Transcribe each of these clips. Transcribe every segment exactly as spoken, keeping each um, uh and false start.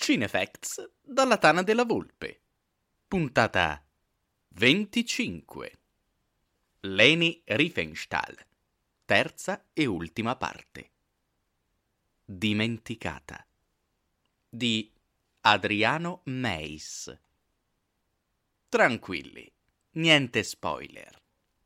Cinefacts dalla Tana della Volpe. Puntata venticinque. Leni Riefenstahl. Terza e ultima parte. Dimenticata. Di Adriano Meis. Tranquilli, niente spoiler.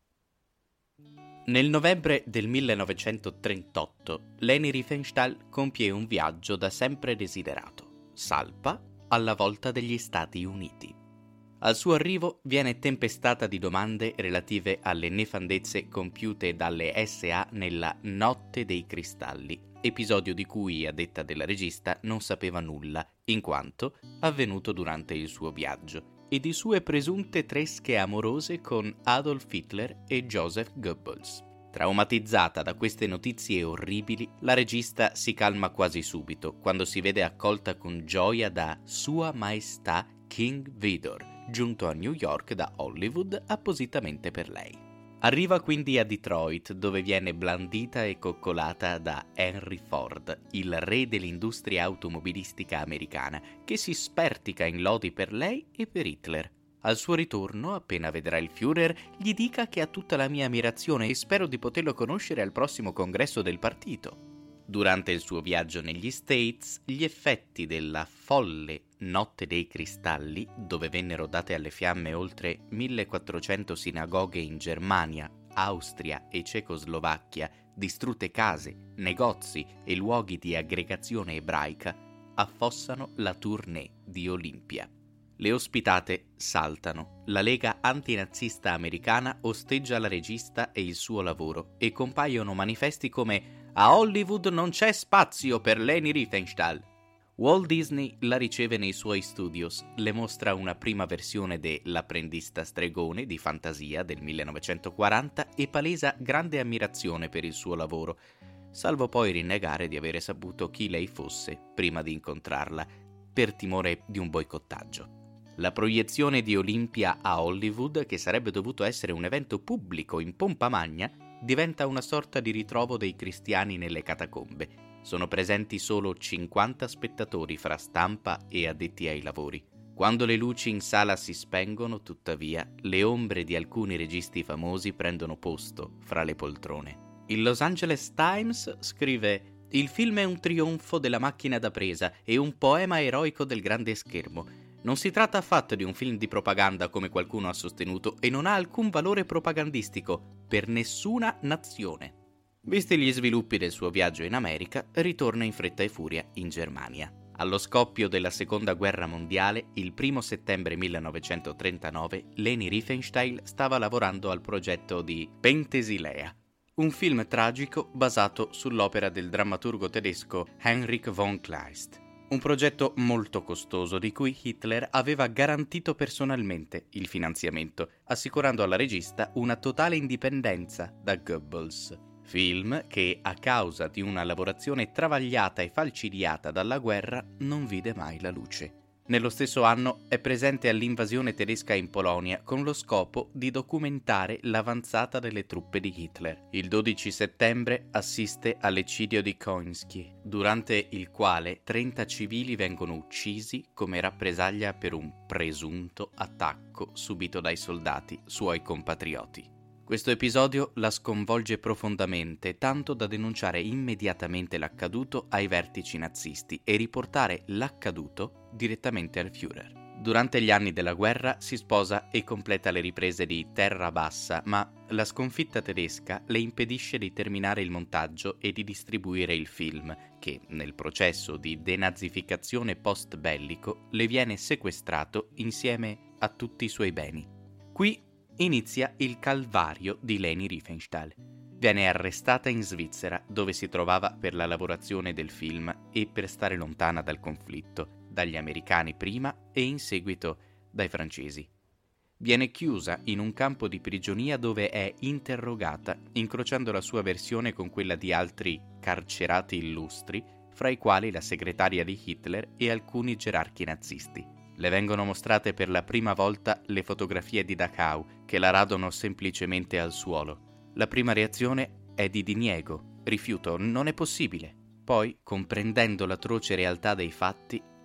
Nel novembre del millenovecentotrentotto, Leni Riefenstahl compie un viaggio da sempre desiderato. Salpa alla volta degli Stati Uniti. Al suo arrivo viene tempestata di domande relative alle nefandezze compiute dalle S A nella Notte dei Cristalli, episodio di cui, a detta della regista, non sapeva nulla, in quanto avvenuto durante il suo viaggio, e di sue presunte tresche amorose con Adolf Hitler e Joseph Goebbels. Traumatizzata da queste notizie orribili, la regista si calma quasi subito quando si vede accolta con gioia da Sua Maestà King Vidor, giunto a New York da Hollywood appositamente per lei. Arriva quindi a Detroit, dove viene blandita e coccolata da Henry Ford, il re dell'industria automobilistica americana, che si spertica in lodi per lei e per Hitler. Al suo ritorno, appena vedrà il Führer, gli dica che ha tutta la mia ammirazione e spero di poterlo conoscere al prossimo congresso del partito. Durante il suo viaggio negli States, gli effetti della folle Notte dei Cristalli, dove vennero date alle fiamme oltre millequattrocento sinagoghe in Germania, Austria e Cecoslovacchia, distrutte case, negozi e luoghi di aggregazione ebraica, affossano la tournée di Olimpia. Le ospitate saltano, la lega antinazista americana osteggia la regista e il suo lavoro e compaiono manifesti come «A Hollywood non c'è spazio per Leni Riefenstahl». Walt Disney la riceve nei suoi studios, le mostra una prima versione de L'apprendista stregone di fantasia del millenovecentoquaranta e palesa grande ammirazione per il suo lavoro, salvo poi rinnegare di avere saputo chi lei fosse prima di incontrarla, per timore di un boicottaggio. La proiezione di Olimpia a Hollywood, che sarebbe dovuto essere un evento pubblico in pompa magna, diventa una sorta di ritrovo dei cristiani nelle catacombe. Sono presenti solo cinquanta spettatori fra stampa e addetti ai lavori. Quando le luci in sala si spengono, tuttavia, le ombre di alcuni registi famosi prendono posto fra le poltrone. Il Los Angeles Times scrive: «Il film è un trionfo della macchina da presa e un poema eroico del grande schermo. Non si tratta affatto di un film di propaganda come qualcuno ha sostenuto e non ha alcun valore propagandistico per nessuna nazione». Visti gli sviluppi del suo viaggio in America, ritorna in fretta e furia in Germania. Allo scoppio della Seconda Guerra Mondiale, il primo settembre millenovecentotrentanove, Leni Riefenstahl stava lavorando al progetto di Penthesilea, un film tragico basato sull'opera del drammaturgo tedesco Heinrich von Kleist. Un progetto molto costoso di cui Hitler aveva garantito personalmente il finanziamento, assicurando alla regista una totale indipendenza da Goebbels. Film che, a causa di una lavorazione travagliata e falcidiata dalla guerra, non vide mai la luce. Nello stesso anno è presente all'invasione tedesca in Polonia con lo scopo di documentare l'avanzata delle truppe di Hitler. Il dodici settembre assiste all'eccidio di Koński, durante il quale trenta civili vengono uccisi come rappresaglia per un presunto attacco subito dai soldati suoi compatrioti. Questo episodio la sconvolge profondamente, tanto da denunciare immediatamente l'accaduto ai vertici nazisti e riportare l'accaduto direttamente al Führer. Durante gli anni della guerra si sposa e completa le riprese di Terra Bassa, ma la sconfitta tedesca le impedisce di terminare il montaggio e di distribuire il film, che, nel processo di denazificazione post-bellico, le viene sequestrato insieme a tutti i suoi beni. Qui inizia il calvario di Leni Riefenstahl. Viene arrestata in Svizzera, dove si trovava per la lavorazione del film e per stare lontana dal conflitto, dagli americani prima e in seguito dai francesi. Viene chiusa in un campo di prigionia dove è interrogata, incrociando la sua versione con quella di altri carcerati illustri, fra i quali la segretaria di Hitler e alcuni gerarchi nazisti. Le vengono mostrate per la prima volta le fotografie di Dachau, che la radono semplicemente al suolo. La prima reazione è di diniego, rifiuto, non è possibile. Poi, comprendendo l'atroce realtà dei fatti,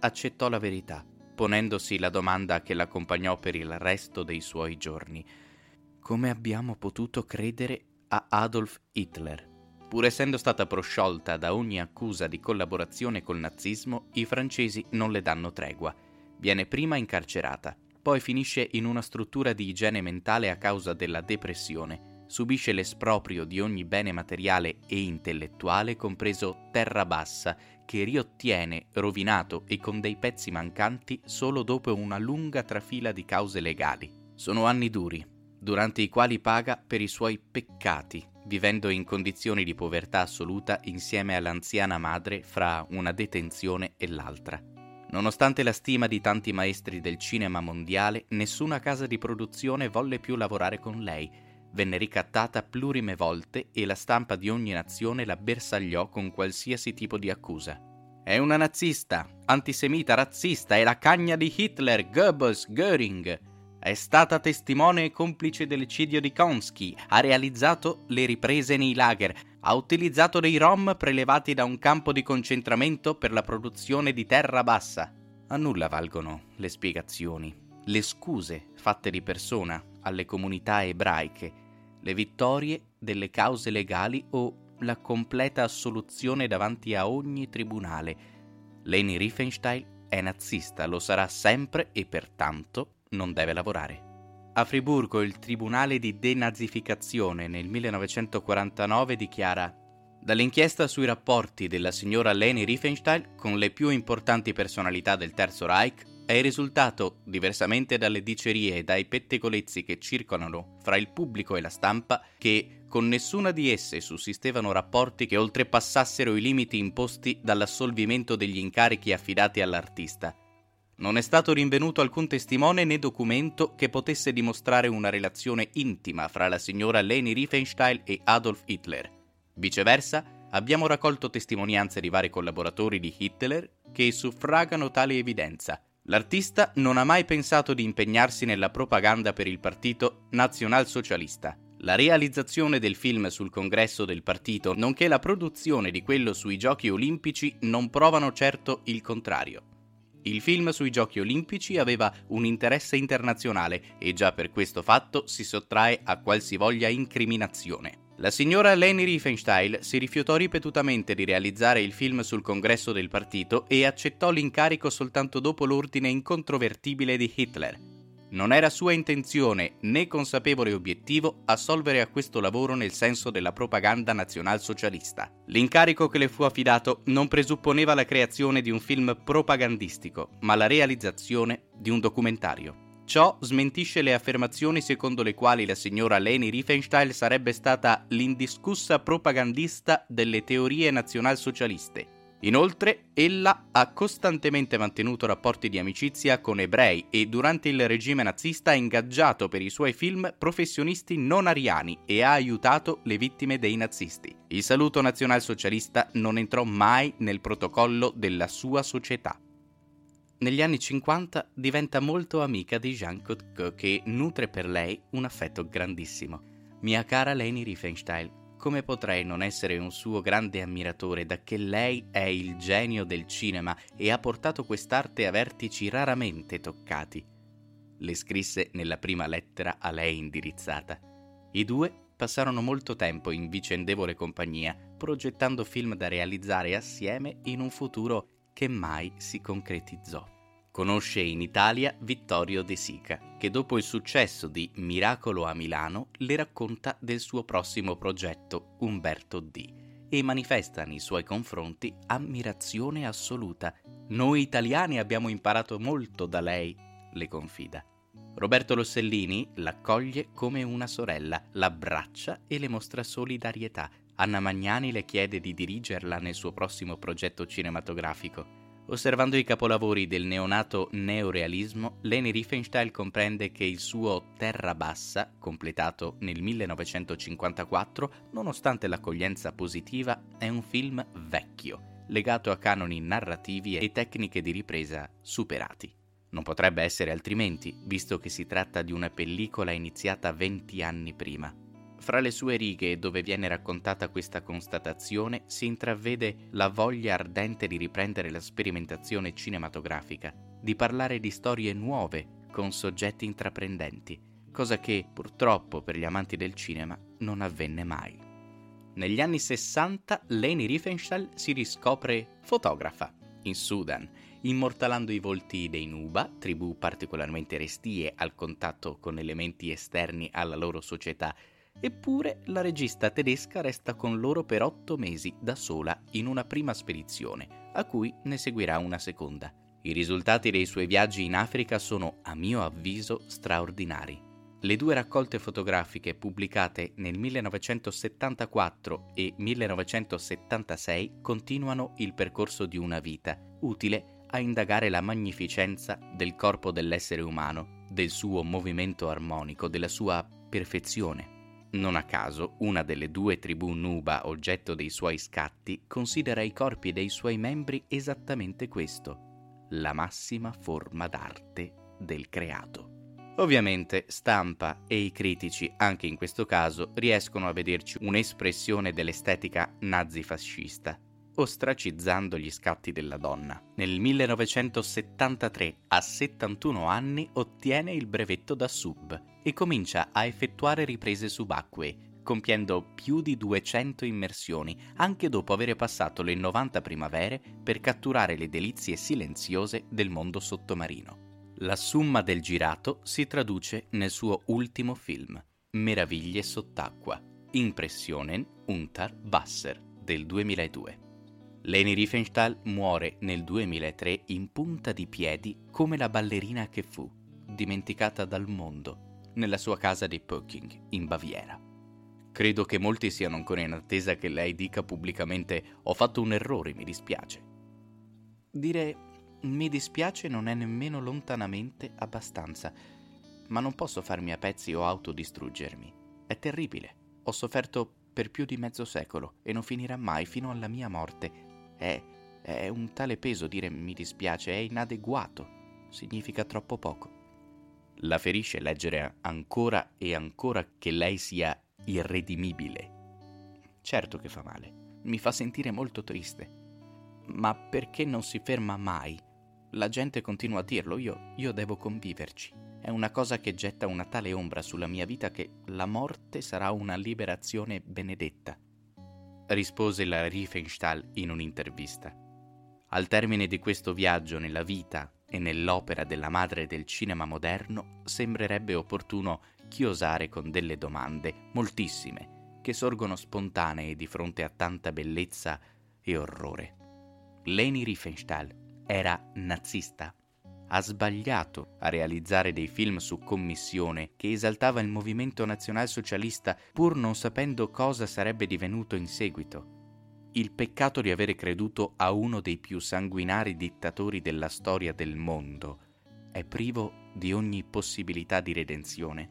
accettò la verità, ponendosi la domanda che l'accompagnò per il resto dei suoi giorni. Come abbiamo potuto credere a Adolf Hitler? Pur essendo stata prosciolta da ogni accusa di collaborazione col nazismo, i francesi non le danno tregua. Viene prima incarcerata, poi finisce in una struttura di igiene mentale a causa della depressione. Subisce l'esproprio di ogni bene materiale e intellettuale, compreso terra bassa, che riottiene rovinato e con dei pezzi mancanti solo dopo una lunga trafila di cause legali. Sono anni duri, durante i quali paga per i suoi peccati, vivendo in condizioni di povertà assoluta insieme all'anziana madre fra una detenzione e l'altra. Nonostante la stima di tanti maestri del cinema mondiale, nessuna casa di produzione volle più lavorare con lei. Venne ricattata plurime volte e la stampa di ogni nazione la bersagliò con qualsiasi tipo di accusa. È una nazista, antisemita, razzista, è la cagna di Hitler, Goebbels, Göring. È stata testimone e complice dell'eccidio di Konsky, ha realizzato le riprese nei lager, ha utilizzato dei rom prelevati da un campo di concentramento per la produzione di terra bassa. A nulla valgono le spiegazioni, le scuse fatte di persona alle comunità ebraiche, le vittorie delle cause legali o la completa assoluzione davanti a ogni tribunale. Leni Riefenstahl è nazista, lo sarà sempre e pertanto non deve lavorare. A Friburgo il Tribunale di denazificazione nel millenovecentoquarantanove dichiara: dall'inchiesta sui rapporti della signora Leni Riefenstahl con le più importanti personalità del Terzo Reich è risultato, diversamente dalle dicerie e dai pettegolezzi che circolano fra il pubblico e la stampa, che con nessuna di esse sussistevano rapporti che oltrepassassero i limiti imposti dall'assolvimento degli incarichi affidati all'artista. Non è stato rinvenuto alcun testimone né documento che potesse dimostrare una relazione intima fra la signora Leni Riefenstahl e Adolf Hitler. Viceversa, abbiamo raccolto testimonianze di vari collaboratori di Hitler che suffragano tale evidenza. L'artista non ha mai pensato di impegnarsi nella propaganda per il partito nazionalsocialista. La realizzazione del film sul congresso del partito, nonché la produzione di quello sui Giochi Olimpici, non provano certo il contrario. Il film sui Giochi Olimpici aveva un interesse internazionale e già per questo fatto si sottrae a qualsivoglia incriminazione. La signora Leni Riefenstahl si rifiutò ripetutamente di realizzare il film sul congresso del partito e accettò l'incarico soltanto dopo l'ordine incontrovertibile di Hitler. Non era sua intenzione, né consapevole obiettivo, assolvere a questo lavoro nel senso della propaganda nazionalsocialista. L'incarico che le fu affidato non presupponeva la creazione di un film propagandistico, ma la realizzazione di un documentario. Ciò smentisce le affermazioni secondo le quali la signora Leni Riefenstahl sarebbe stata l'indiscussa propagandista delle teorie nazionalsocialiste. Inoltre, ella ha costantemente mantenuto rapporti di amicizia con ebrei e durante il regime nazista ha ingaggiato per i suoi film professionisti non ariani e ha aiutato le vittime dei nazisti. Il saluto nazionalsocialista non entrò mai nel protocollo della sua società. Negli anni cinquanta diventa molto amica di Jean Cocteau, che nutre per lei un affetto grandissimo. Mia cara Leni Riefenstahl, come potrei non essere un suo grande ammiratore, dacché lei è il genio del cinema e ha portato quest'arte a vertici raramente toccati, le scrisse nella prima lettera a lei indirizzata. I due passarono molto tempo in vicendevole compagnia, progettando film da realizzare assieme in un futuro che mai si concretizzò. Conosce in Italia Vittorio De Sica, che dopo il successo di Miracolo a Milano le racconta del suo prossimo progetto, Umberto D, e manifesta nei suoi confronti ammirazione assoluta. Noi italiani abbiamo imparato molto da lei, le confida. Roberto Rossellini l'accoglie come una sorella, l'abbraccia e le mostra solidarietà. Anna Magnani le chiede di dirigerla nel suo prossimo progetto cinematografico. Osservando i capolavori del neonato neorealismo, Leni Riefenstahl comprende che il suo Terra Bassa, completato nel millenovecentocinquantaquattro, nonostante l'accoglienza positiva, è un film vecchio, legato a canoni narrativi e tecniche di ripresa superati. Non potrebbe essere altrimenti, visto che si tratta di una pellicola iniziata venti anni prima. Fra le sue righe, dove viene raccontata questa constatazione, si intravede la voglia ardente di riprendere la sperimentazione cinematografica, di parlare di storie nuove con soggetti intraprendenti, cosa che purtroppo per gli amanti del cinema non avvenne mai. Negli anni sessanta Leni Riefenstahl si riscopre fotografa in Sudan, immortalando i volti dei Nuba, tribù particolarmente restie al contatto con elementi esterni alla loro società. Eppure la regista tedesca resta con loro per otto mesi da sola in una prima spedizione, a cui ne seguirà una seconda. I risultati dei suoi viaggi in Africa sono, a mio avviso, straordinari. Le due raccolte fotografiche pubblicate nel millenovecentosettantaquattro e millenovecentosettantasei continuano il percorso di una vita, utile a indagare la magnificenza del corpo dell'essere umano, del suo movimento armonico, della sua perfezione. Non a caso, una delle due tribù Nuba, oggetto dei suoi scatti, considera i corpi dei suoi membri esattamente questo, la massima forma d'arte del creato. Ovviamente stampa e i critici, anche in questo caso, riescono a vederci un'espressione dell'estetica nazifascista, ostracizzando gli scatti della donna. Nel millenovecentosettantatré, a settantuno anni, ottiene il brevetto da sub e comincia a effettuare riprese subacquee, compiendo più di duecento immersioni, anche dopo aver passato le novanta primavere per catturare le delizie silenziose del mondo sottomarino. La summa del girato si traduce nel suo ultimo film, Meraviglie sott'acqua, Impressionen unter Wasser, del duemiladue. Leni Riefenstahl muore nel duemilatré in punta di piedi come la ballerina che fu, dimenticata dal mondo, nella sua casa di Pöcking, in Baviera. Credo che molti siano ancora in attesa che lei dica pubblicamente «Ho fatto un errore, mi dispiace». Dire «mi dispiace» non è nemmeno lontanamente abbastanza, ma non posso farmi a pezzi o autodistruggermi. È terribile. Ho sofferto per più di mezzo secolo e non finirà mai fino alla mia morte. È, è un tale peso dire «mi dispiace», è inadeguato. Significa troppo poco. La ferisce leggere ancora e ancora che lei sia irredimibile. Certo che fa male, mi fa sentire molto triste, ma perché non si ferma mai? La gente continua a dirlo, io, io devo conviverci. È una cosa che getta una tale ombra sulla mia vita che la morte sarà una liberazione benedetta, rispose la Riefenstahl in un'intervista. Al termine di questo viaggio nella vita e nell'opera della madre del cinema moderno, sembrerebbe opportuno chiosare con delle domande, moltissime, che sorgono spontanee di fronte a tanta bellezza e orrore. Leni Riefenstahl era nazista? Ha sbagliato a realizzare dei film su commissione che esaltava il movimento nazionalsocialista pur non sapendo cosa sarebbe divenuto in seguito. Il peccato di avere creduto a uno dei più sanguinari dittatori della storia del mondo è privo di ogni possibilità di redenzione.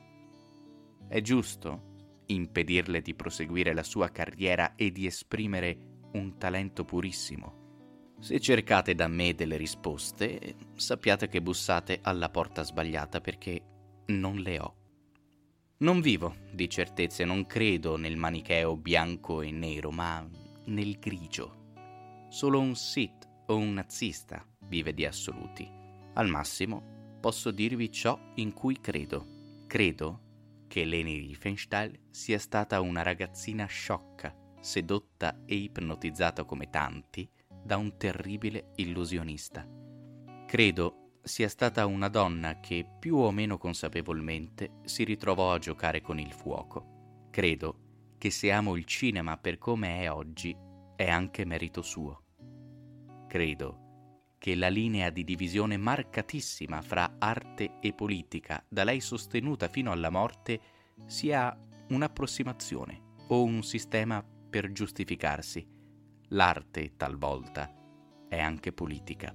È giusto impedirle di proseguire la sua carriera e di esprimere un talento purissimo? Se cercate da me delle risposte, sappiate che bussate alla porta sbagliata perché non le ho. Non vivo di certezze, non credo nel manicheo bianco e nero, ma nel grigio. Solo un Sith o un nazista vive di assoluti. Al massimo posso dirvi ciò in cui credo. Credo che Leni Riefenstahl sia stata una ragazzina sciocca, sedotta e ipnotizzata come tanti da un terribile illusionista. Credo sia stata una donna che, più o meno consapevolmente, si ritrovò a giocare con il fuoco. Credo che se amo il cinema per come è oggi, è anche merito suo. Credo che la linea di divisione marcatissima fra arte e politica, da lei sostenuta fino alla morte, sia un'approssimazione o un sistema per giustificarsi. L'arte, talvolta, è anche politica.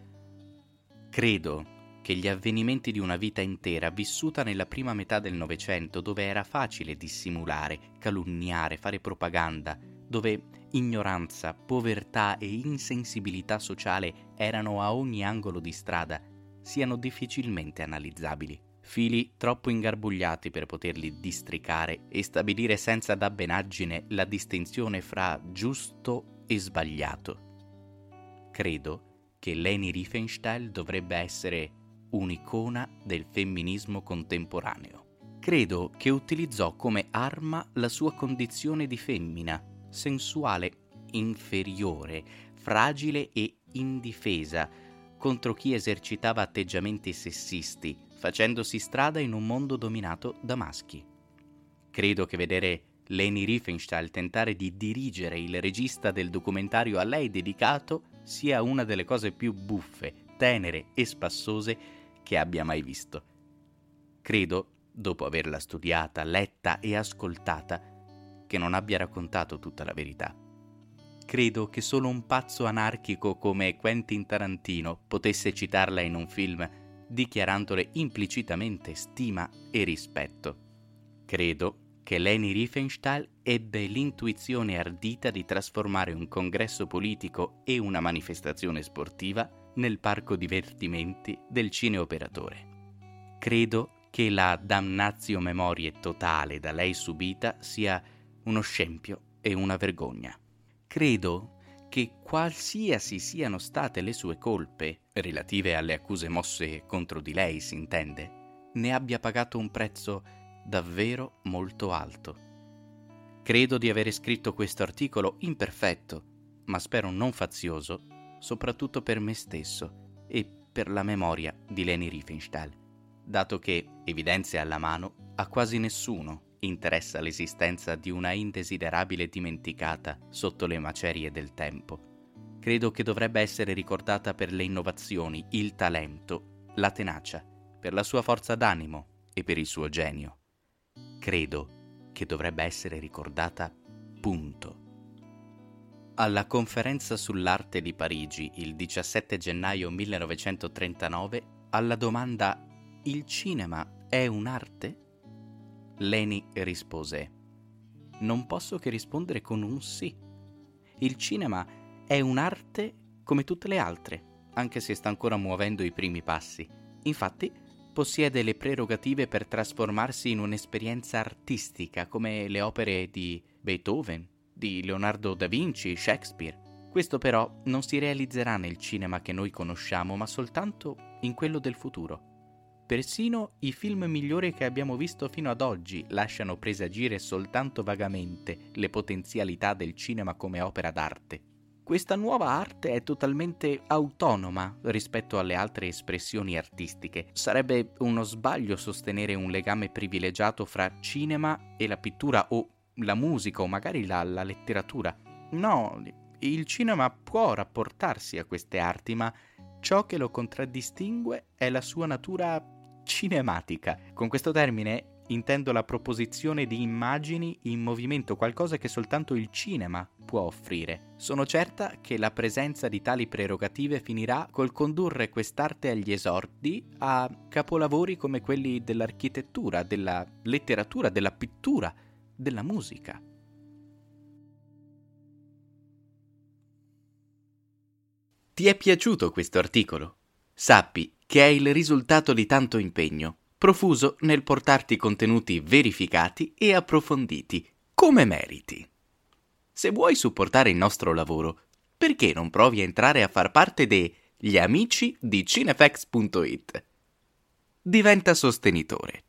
Credo che gli avvenimenti di una vita intera vissuta nella prima metà del Novecento, dove era facile dissimulare, calunniare, fare propaganda, dove ignoranza, povertà e insensibilità sociale erano a ogni angolo di strada, siano difficilmente analizzabili, fili troppo ingarbugliati per poterli districare e stabilire senza dabbenaggine la distinzione fra giusto e sbagliato. Credo che Leni Riefenstahl dovrebbe essere un'icona del femminismo contemporaneo. Credo che utilizzò come arma la sua condizione di femmina, sensuale, inferiore, fragile e indifesa, contro chi esercitava atteggiamenti sessisti, facendosi strada in un mondo dominato da maschi. Credo che vedere Leni Riefenstahl tentare di dirigere il regista del documentario a lei dedicato sia una delle cose più buffe, tenere e spassose che abbia mai visto. Credo, dopo averla studiata, letta e ascoltata, che non abbia raccontato tutta la verità. Credo che solo un pazzo anarchico come Quentin Tarantino potesse citarla in un film dichiarandole implicitamente stima e rispetto. Credo che Leni Riefenstahl ebbe l'intuizione ardita di trasformare un congresso politico e una manifestazione sportiva nel parco divertimenti del cineoperatore. Credo che la damnatio memoriae totale da lei subita sia uno scempio e una vergogna. Credo che qualsiasi siano state le sue colpe, relative alle accuse mosse contro di lei, si intende, ne abbia pagato un prezzo davvero molto alto. Credo di avere scritto questo articolo imperfetto, ma spero non fazioso, soprattutto per me stesso e per la memoria di Leni Riefenstahl, dato che, evidenza alla mano, a quasi nessuno interessa l'esistenza di una indesiderabile dimenticata sotto le macerie del tempo. Credo che dovrebbe essere ricordata per le innovazioni, il talento, la tenacia, per la sua forza d'animo e per il suo genio. Credo che dovrebbe essere ricordata, punto. Alla conferenza sull'arte di Parigi il diciassette gennaio millenovecentotrentanove, alla domanda «Il cinema è un'arte?», Leni rispose: «Non posso che rispondere con un sì. Il cinema è un'arte come tutte le altre, anche se sta ancora muovendo i primi passi. Infatti, possiede le prerogative per trasformarsi in un'esperienza artistica come le opere di Beethoven, di Leonardo da Vinci, Shakespeare. Questo però non si realizzerà nel cinema che noi conosciamo, ma soltanto in quello del futuro. Persino i film migliori che abbiamo visto fino ad oggi lasciano presagire soltanto vagamente le potenzialità del cinema come opera d'arte. Questa nuova arte è totalmente autonoma rispetto alle altre espressioni artistiche. Sarebbe uno sbaglio sostenere un legame privilegiato fra cinema e la pittura o la musica o magari la, la letteratura. No, il cinema può rapportarsi a queste arti, ma ciò che lo contraddistingue è la sua natura cinematica. Con questo termine intendo la proposizione di immagini in movimento, qualcosa che soltanto il cinema può offrire. Sono certa che la presenza di tali prerogative finirà col condurre quest'arte agli esordi a capolavori come quelli dell'architettura, della letteratura, della pittura, della musica. Ti è piaciuto questo articolo? Sappi che è il risultato di tanto impegno, profuso nel portarti contenuti verificati e approfonditi, come meriti. Se vuoi supportare il nostro lavoro, perché non provi a entrare a far parte degli amici di Cinefx punto it? Diventa sostenitore.